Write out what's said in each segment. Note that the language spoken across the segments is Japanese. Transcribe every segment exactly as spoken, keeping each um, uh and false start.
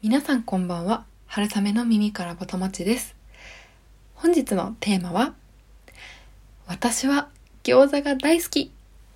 皆さんこんばんは。春雨の耳からぼたもちです。本日のテーマは、私は餃子が大好き。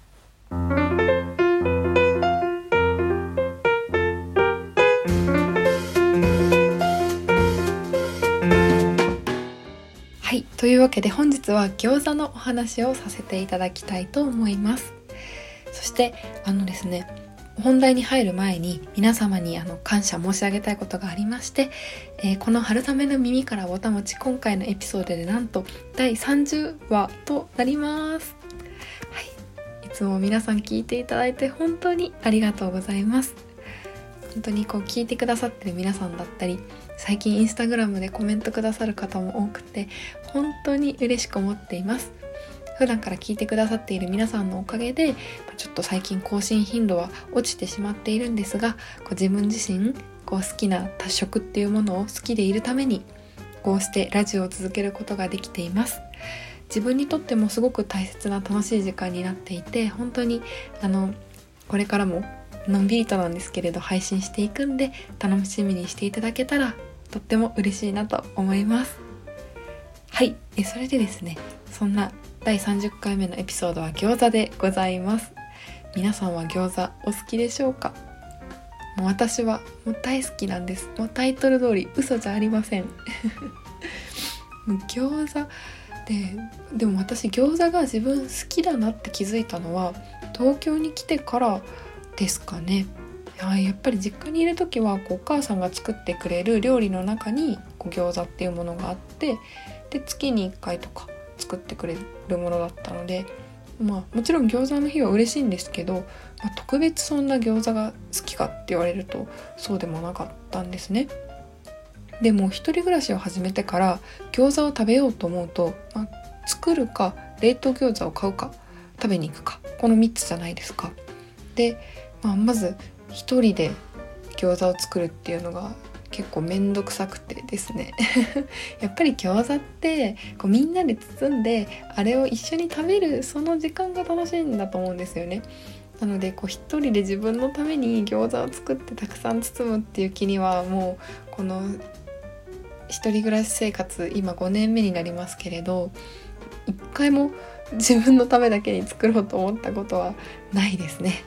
はい、というわけで本日は餃子のお話をさせていただきたいと思います。そしてあのですね本題に入る前に皆様にあの感謝申し上げたいことがありまして、えー、この春雨の耳からぼたもち、今回のエピソードでなんとだいさんじゅうわとなります。はい、いつも皆さん聞いていただいて本当にありがとうございます。本当にこう聞いてくださってる皆さんだったり、最近インスタグラムでコメントくださる方も多くて本当に嬉しく思っています。普段から聞いてくださっている皆さんのおかげでちょっと最近更新頻度は落ちてしまっているんですが、こう自分自身こう好きな多色っていうものを好きでいるためにこうしてラジオを続けることができています。自分にとってもすごく大切な楽しい時間になっていて、本当にあのこれからものんびりとなんですけれど配信していくんで、楽しみにしていただけたらとっても嬉しいなと思います。はい、えそれでですね、そんなだいさんじゅっかいめのエピソードは餃子でございます。皆さんは餃子お好きでしょうか？もう私はもう大好きなんです。もうタイトル通り嘘じゃありません。餃子で、でも私餃子が自分好きだなって気づいたのは東京に来てからですかね。や, やっぱり実家にいる時はこうお母さんが作ってくれる料理の中にこう餃子っていうものがあって、で月にいっかいとか作ってくれるものだったので、まあもちろん餃子の日は嬉しいんですけど、まあ、特別そんな餃子が好きかって言われるとそうでもなかったんですね。でも一人暮らしを始めてから餃子を食べようと思うと、まあ、作るか冷凍餃子を買うか食べに行くか、このみっつじゃないですか。で、まあ、まず一人で餃子を作るっていうのが結構めんどくさくてですねやっぱり餃子ってこうみんなで包んであれを一緒に食べるその時間が楽しいんだと思うんですよね。なのでこう一人で自分のために餃子を作ってたくさん包むっていう気には、もうこの一人暮らし生活今ごねんめになりますけれど、一回も自分のためだけに作ろうと思ったことはないですね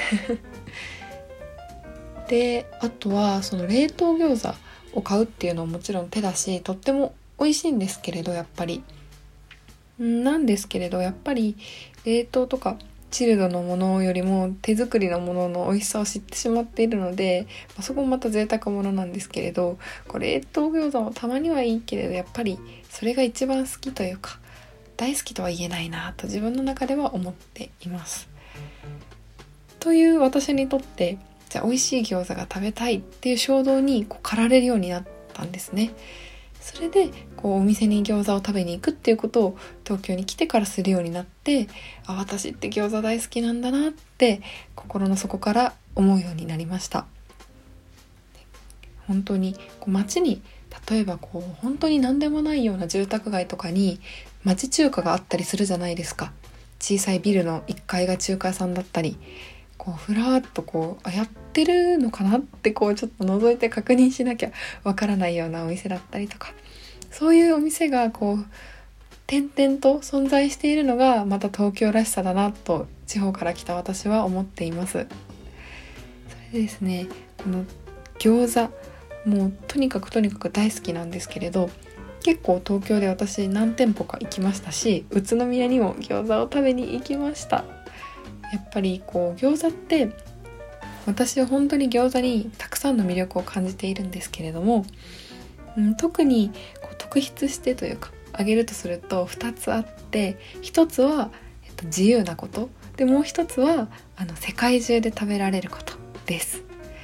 で、あとはその冷凍餃子を買うっていうのももちろん手だし、とっても美味しいんですけれど、やっぱりなんですけれどやっぱり冷凍とかチルドのものよりも手作りのものの美味しさを知ってしまっているので、まあ、そこもまた贅沢ものなんですけれど、これ冷凍餃子もたまにはいいけれど、やっぱりそれが一番好きというか大好きとは言えないなと自分の中では思っています。という私にとって、じゃあ美味しい餃子が食べたいっていう衝動にこう駆られるようになったんですね。それでこうお店に餃子を食べに行くっていうことを東京に来てからするようになって、あ、私って餃子大好きなんだなって心の底から思うようになりました。本当にこう街に例えばこう本当に何でもないような住宅街とかに町中華があったりするじゃないですか。小さいビルのいっかいが中華屋さんだったり、こうふらーっとこうあやってるのかなってこうちょっと覗いて確認しなきゃわからないようなお店だったりとか、そういうお店がこう点々と存在しているのがまた東京らしさだなと地方から来た私は思っています。それでですね、この餃子もうとにかくとにかく大好きなんですけれど、結構東京で私何店舗か行きましたし、宇都宮にも餃子を食べに行きました。やっぱりこう餃子って私は本当に餃子にたくさんの魅力を感じているんですけれども、うん、特にこう特筆してというか挙げるとするとふたつあって、ひとつは、えっと、自由なことで、もう一つはあの世界中で食べられることです。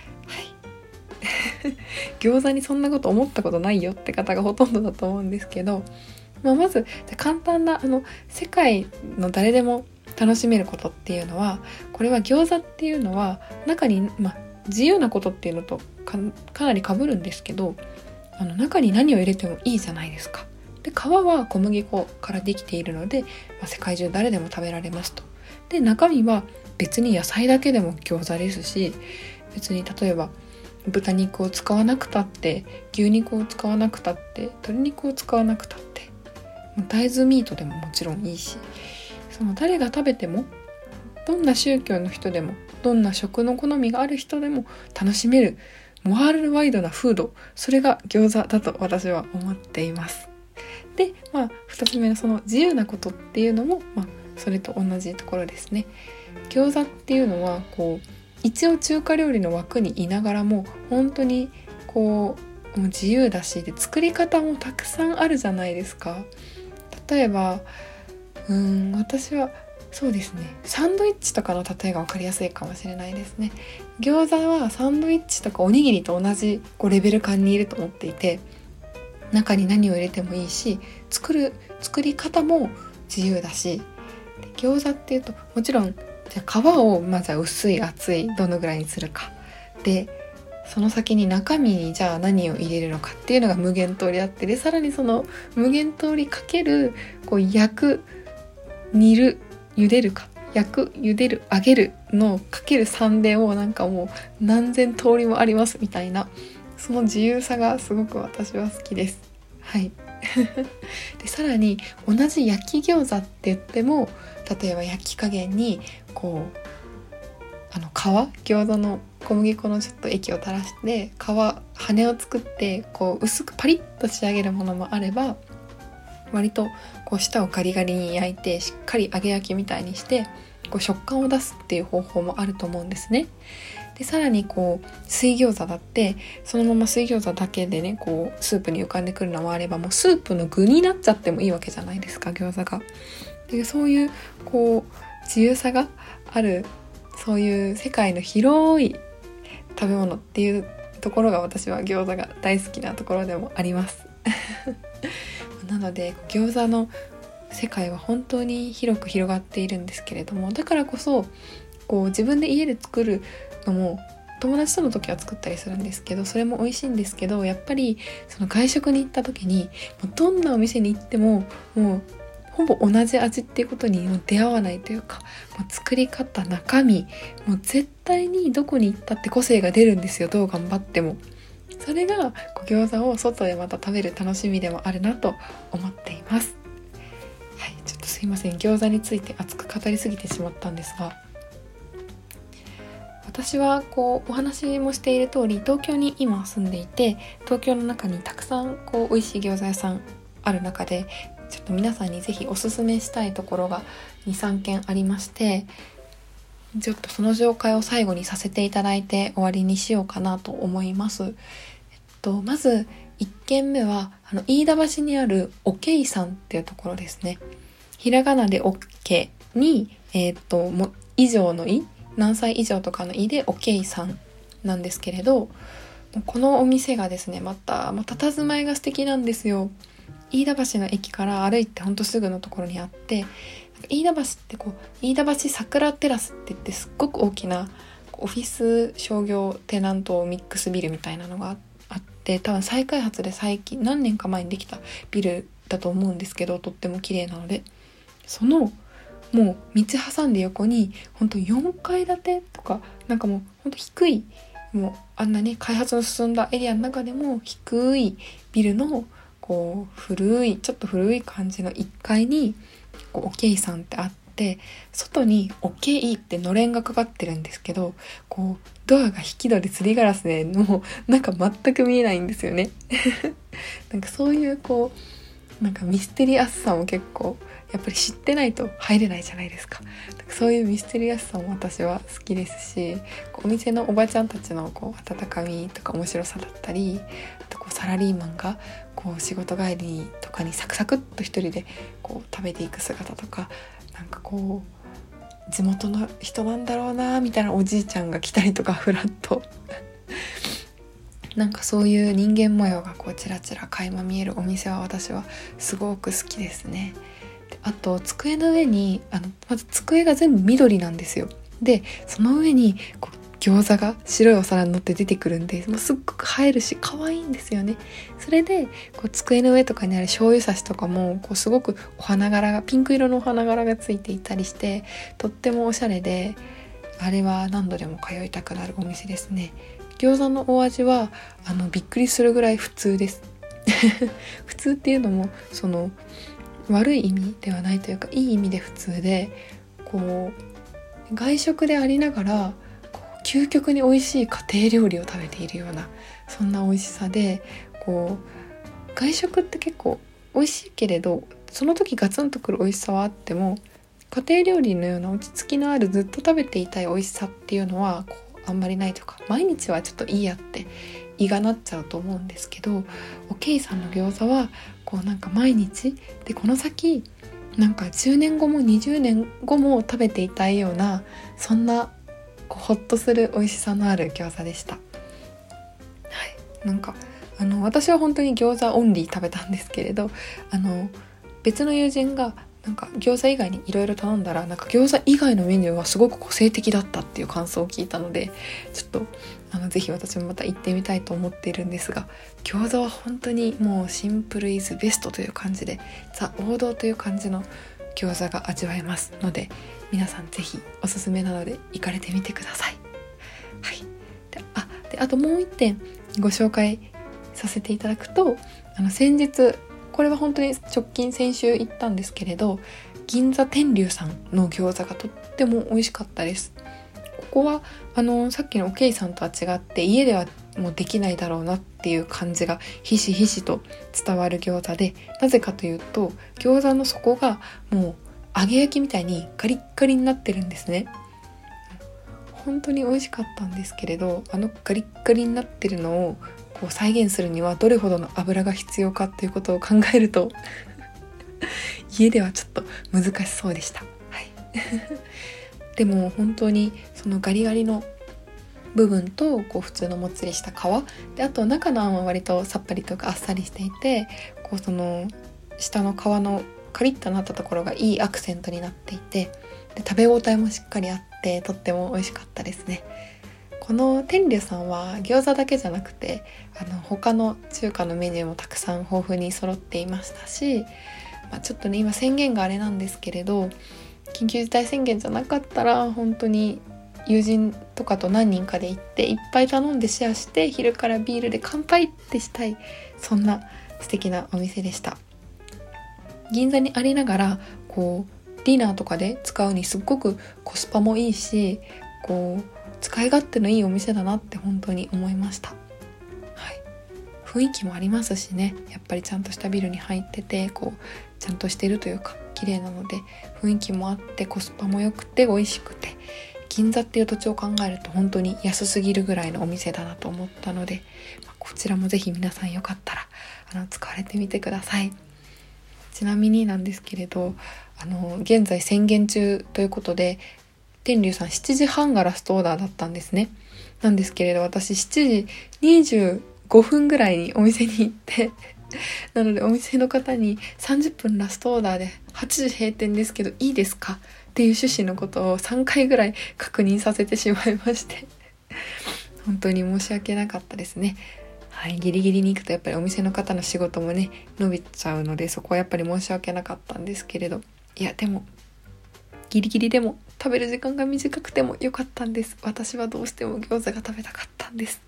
はい餃子にそんなこと思ったことないよって方がほとんどだと思うんですけど、まあ、まず簡単なあの世界の誰でも楽しめることっていうのは、これは餃子っていうのは中に、まあ、自由なことっていうのと か, かなり被るんですけど、あの中に何を入れてもいいじゃないですか。で、皮は小麦粉からできているので、まあ、世界中誰でも食べられますと。で、中身は別に野菜だけでも餃子ですし、別に例えば豚肉を使わなくたって、牛肉を使わなくたって、鶏肉を使わなくたって、大豆ミートでももちろんいいし、その誰が食べても、どんな宗教の人でも、どんな食の好みがある人でも楽しめるワールドワイドなフード、それが餃子だと私は思っています。で、まあふたつめのその自由なことっていうのも、まあそれと同じところですね。餃子っていうのはこう一応中華料理の枠にいながらも本当にこうもう自由だし、で作り方もたくさんあるじゃないですか。例えばうーん私はそうですね、サンドイッチとかの例えが分かりやすいかもしれないですね。餃子はサンドイッチとかおにぎりと同じこうレベル感にいると思っていて、中に何を入れてもいいし、作る作り方も自由だし、で餃子っていうともちろんじゃあ皮をまずは薄い厚いどのぐらいにするかで、その先に中身にじゃあ何を入れるのかっていうのが無限通りあって、でさらにその無限通りかけるこう焼く、煮る、茹でるか、焼く、茹でる、揚げるのかけるさんでをなんかもう何千通りもありますみたいな、その自由さがすごく私は好きです。はいでさらに同じ焼き餃子って言っても、例えば焼き加減にこうあの皮、餃子の小麦粉のちょっと液を垂らして皮、羽を作ってこう薄くパリッと仕上げるものもあれば、割とこう舌をガリガリに焼いてしっかり揚げ焼きみたいにしてこう食感を出すっていう方法もあると思うんですね。でさらにこう水餃子だってそのまま水餃子だけでねこうスープに浮かんでくるのもあれば、もうスープの具になっちゃってもいいわけじゃないですか、餃子が。でそういうこう自由さがある、そういう世界の広い食べ物っていうところが私は餃子が大好きなところでもありますなので餃子の世界は本当に広く広がっているんですけれども、だからこそこう自分で家で作るのも友達との時は作ったりするんですけど、それも美味しいんですけど、やっぱりその外食に行った時にもうどんなお店に行ってももうほぼ同じ味っていうことにもう出会わないというか、もう作り方、中身、もう絶対にどこに行ったって個性が出るんですよ、どう頑張っても。それがこう餃子を外でまた食べる楽しみでもあるなと思っています。はい、ちょっとすいません、餃子について熱く語りすぎてしまったんですが、私はこうお話もしている通り東京に今住んでいて、東京の中にたくさんこう美味しい餃子屋さんある中で、ちょっと皆さんにぜひおすすめしたいところが にさんけんありまして、ちょっとその紹介を最後にさせていただいて終わりにしようかなと思います。えっと、まずいっけんめはあの飯田橋にあるおけいさんっていうところですね。ひらがなで OK に、えっと、も以上のい何歳以上とかのいでおけいさんなんですけれど、このお店がですねまたまた佇まいが素敵なんですよ。飯田橋の駅から歩いてほんとすぐのところにあって、飯田橋ってこう飯田橋桜テラスって言ってすっごく大きなオフィス商業テナントミックスビルみたいなのがあって、多分再開発で最近何年か前にできたビルだと思うんですけど、とっても綺麗なので、そのもう道挟んで横にほんとよんかい建てとか、なんかもうほんと低い、もうあんなね開発の進んだエリアの中でも低いビルのこう古いちょっと古い感じのいっかいにこうおけいさんってあって、外におけいってのれんがかかってるんですけど、こうドアが引き戸で吊りガラスでもうなんか全く見えないんですよねなんかそういうこうなんかミステリアスさも結構やっぱり知ってないと入れないじゃないですか。そういうミステリアスさも私は好きですし、お店のおばちゃんたちのこう温かみとか面白さだったり、あとこうサラリーマンがこう仕事帰りとかにサクサクっと一人でこう食べていく姿とか、なんかこう地元の人なんだろうなみたいなおじいちゃんが来たりとかフラッとなんかそういう人間模様がこうちらちら垣間見えるお店は私はすごく好きですね。あと机の上にあのまず机が全部緑なんですよ。でその上にこう餃子が白いお皿に乗って出てくるんで、もうすっごく映えるし可愛いんですよね。それでこう机の上とかにある醤油差しとかもこうすごくお花柄がピンク色のお花柄がついていたりして、とってもおしゃれで、あれは何度でも通いたくなるお店ですね。 餃子のお味はあのびっくりするぐらい普通です普通っていうのもその悪い意味ではないというか、いい意味で普通で、こう外食でありながらこう究極に美味しい家庭料理を食べているような、そんな美味しさで、こう外食って結構美味しいけれどその時ガツンとくる美味しさはあっても、家庭料理のような落ち着きのあるずっと食べていたい美味しさっていうのはこうあんまりないというか、毎日はちょっといいやって胃がなっちゃうと思うんですけど、おけいさんの餃子はこうなんか毎日で、この先なんかじゅうねんごもにじゅうねんごも食べていたいような、そんなこうホッとする美味しさのある餃子でした。はい、なんかあの私は本当に餃子オンリー食べたんですけれど、あの別の友人がなんか餃子以外にいろいろ頼んだら、なんか餃子以外のメニューはすごく個性的だったっていう感想を聞いたので、ちょっとあのぜひ私もまた行ってみたいと思っているんですが、餃子は本当にもうシンプルイズベストという感じで、ザ王道という感じの餃子が味わえますので、皆さんぜひおすすめなので行かれてみてください。はい。で、あ、で、あともう一点ご紹介させていただくと、あの先日、これは本当に直近先週行ったんですけれど、銀座天龍さんの餃子がとっても美味しかったです。ここはあのさっきのおけいさんとは違って、家ではもうできないだろうなっていう感じがひしひしと伝わる餃子で、なぜかというと餃子の底がもう揚げ焼きみたいにガリッガリになってるんですね。本当に美味しかったんですけれど、あのガリッガリになってるのをこう再現するにはどれほどの油が必要かっていうことを考えると家ではちょっと難しそうでした。はい、でも本当にそのガリガリの部分とこう普通のもっちりした皮で、あと中のあんは割とさっぱりとかあっさりしていて、こうその下の皮のカリッとなったところがいいアクセントになっていて、で食べ応えもしっかりあってとっても美味しかったですね。この天龍さんは餃子だけじゃなくて、あの他の中華のメニューもたくさん豊富に揃っていましたし、まあ、ちょっとね今宣言があれなんですけれど、緊急事態宣言じゃなかったら本当に友人とかと何人かで行っていっぱい頼んでシェアして、昼からビールで乾杯ってしたい、そんな素敵なお店でした。銀座にありながらこうディナーとかで使うにすっごくコスパもいいし、こう使い勝手のいいお店だなって本当に思いました。はい、雰囲気もありますしね、やっぱりちゃんとしたビルに入ってて、こうちゃんとしてるというか綺麗なので、雰囲気もあってコスパも良くて美味しくて、銀座っていう土地を考えると本当に安すぎるぐらいのお店だなと思ったので、こちらもぜひ皆さんよかったらあの使われてみてください。ちなみになんですけれど、あの現在宣言中ということで、天龍さんしちじはんがラストオーダーだったんですね。なんですけれど、私しちじにじゅうごふんぐらいにお店に行ってなのでお店の方にさんじゅっぷんラストオーダーではちじ閉店ですけどいいですかっていう趣旨のことをさんかいぐらい確認させてしまいまして本当に申し訳なかったですね。はい、ギリギリに行くとやっぱりお店の方の仕事もね伸びちゃうので、そこはやっぱり申し訳なかったんですけれど、いやでもギリギリでも食べる時間が短くてもよかったんです。私はどうしても餃子が食べたかったんです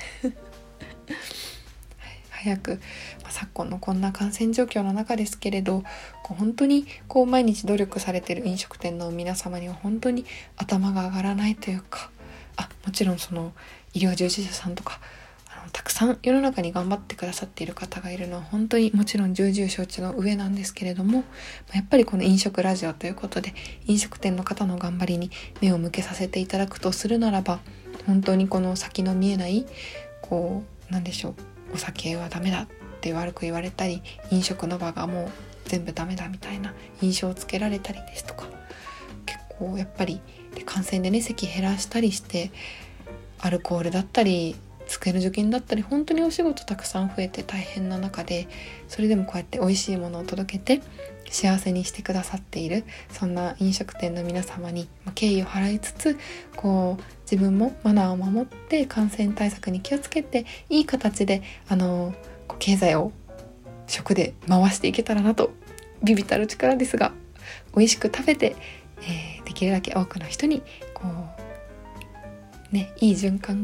早く、まあ、昨今のこんな感染状況の中ですけれど、こう本当にこう毎日努力されている飲食店の皆様には本当に頭が上がらないというか、あもちろんその医療従事者さんとかあのたくさん世の中に頑張ってくださっている方がいるのは本当にもちろん重々承知の上なんですけれども、やっぱりこの飲食ラジオということで飲食店の方の頑張りに目を向けさせていただくとするならば、本当にこの先の見えないこうなんでしょう、お酒はダメだって悪く言われたり、飲食の場がもう全部ダメだみたいな印象をつけられたりですとか、結構やっぱり感染でね席減らしたりして、アルコールだったり机の除菌だったり本当にお仕事たくさん増えて大変な中で、それでもこうやって美味しいものを届けて幸せにしてくださっている、そんな飲食店の皆様に敬意を払いつつ、こう自分もマナーを守って感染対策に気をつけていい形であの経済を食で回していけたらなと、微々たる力ですが美味しく食べて、えー、できるだけ多くの人にこうねいい循環が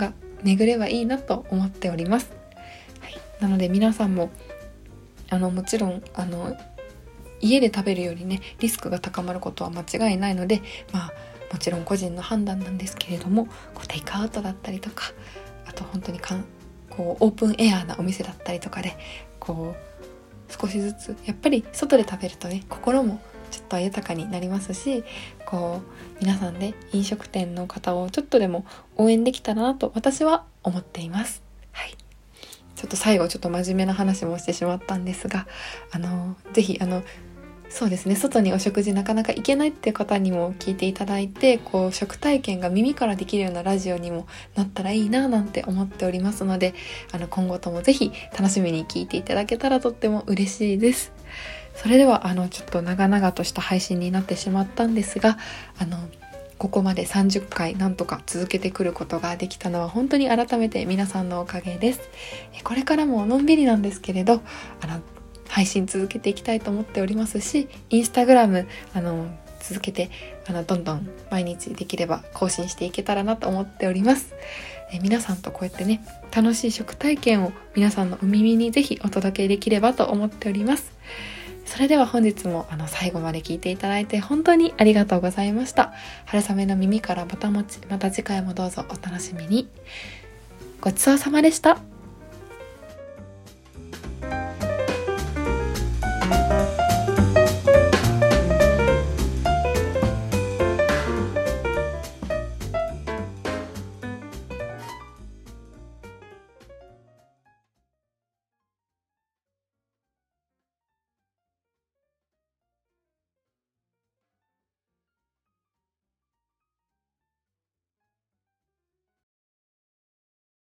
巡ればいいなと思っております。はい、なので皆さんもあのもちろんあの家で食べるよりねリスクが高まることは間違いないので、まあもちろん個人の判断なんですけれども、こうテイクアウトだったりとか、あと本当にかんこうオープンエアなお店だったりとかでこう少しずつやっぱり外で食べるとね心もちょっと豊かになりますし、こう皆さんで飲食店の方をちょっとでも応援できたらなと私は思っています。はい、ちょっと最後ちょっと真面目な話もしてしまったんですが、あのぜひあのそうですね、外にお食事なかなか行けないっていう方にも聞いていただいて、こう食体験が耳からできるようなラジオにもなったらいいななんて思っておりますので、あの今後ともぜひ楽しみに聞いていただけたらとっても嬉しいです。それではあのちょっと長々とした配信になってしまったんですが、あのここまでさんじゅっかいなんとか続けてくることができたのは本当に改めて皆さんのおかげです。これからものんびりなんですけれど、あの配信続けていきたいと思っておりますし、インスタグラムあの続けてあのどんどん毎日できれば更新していけたらなと思っております。え皆さんとこうやってね楽しい食体験を皆さんのお耳にぜひお届けできればと思っております。それでは本日もあの最後まで聞いていただいて本当にありがとうございました。春雨の耳からぼたもち、また次回もどうぞお楽しみに。ごちそうさまでした。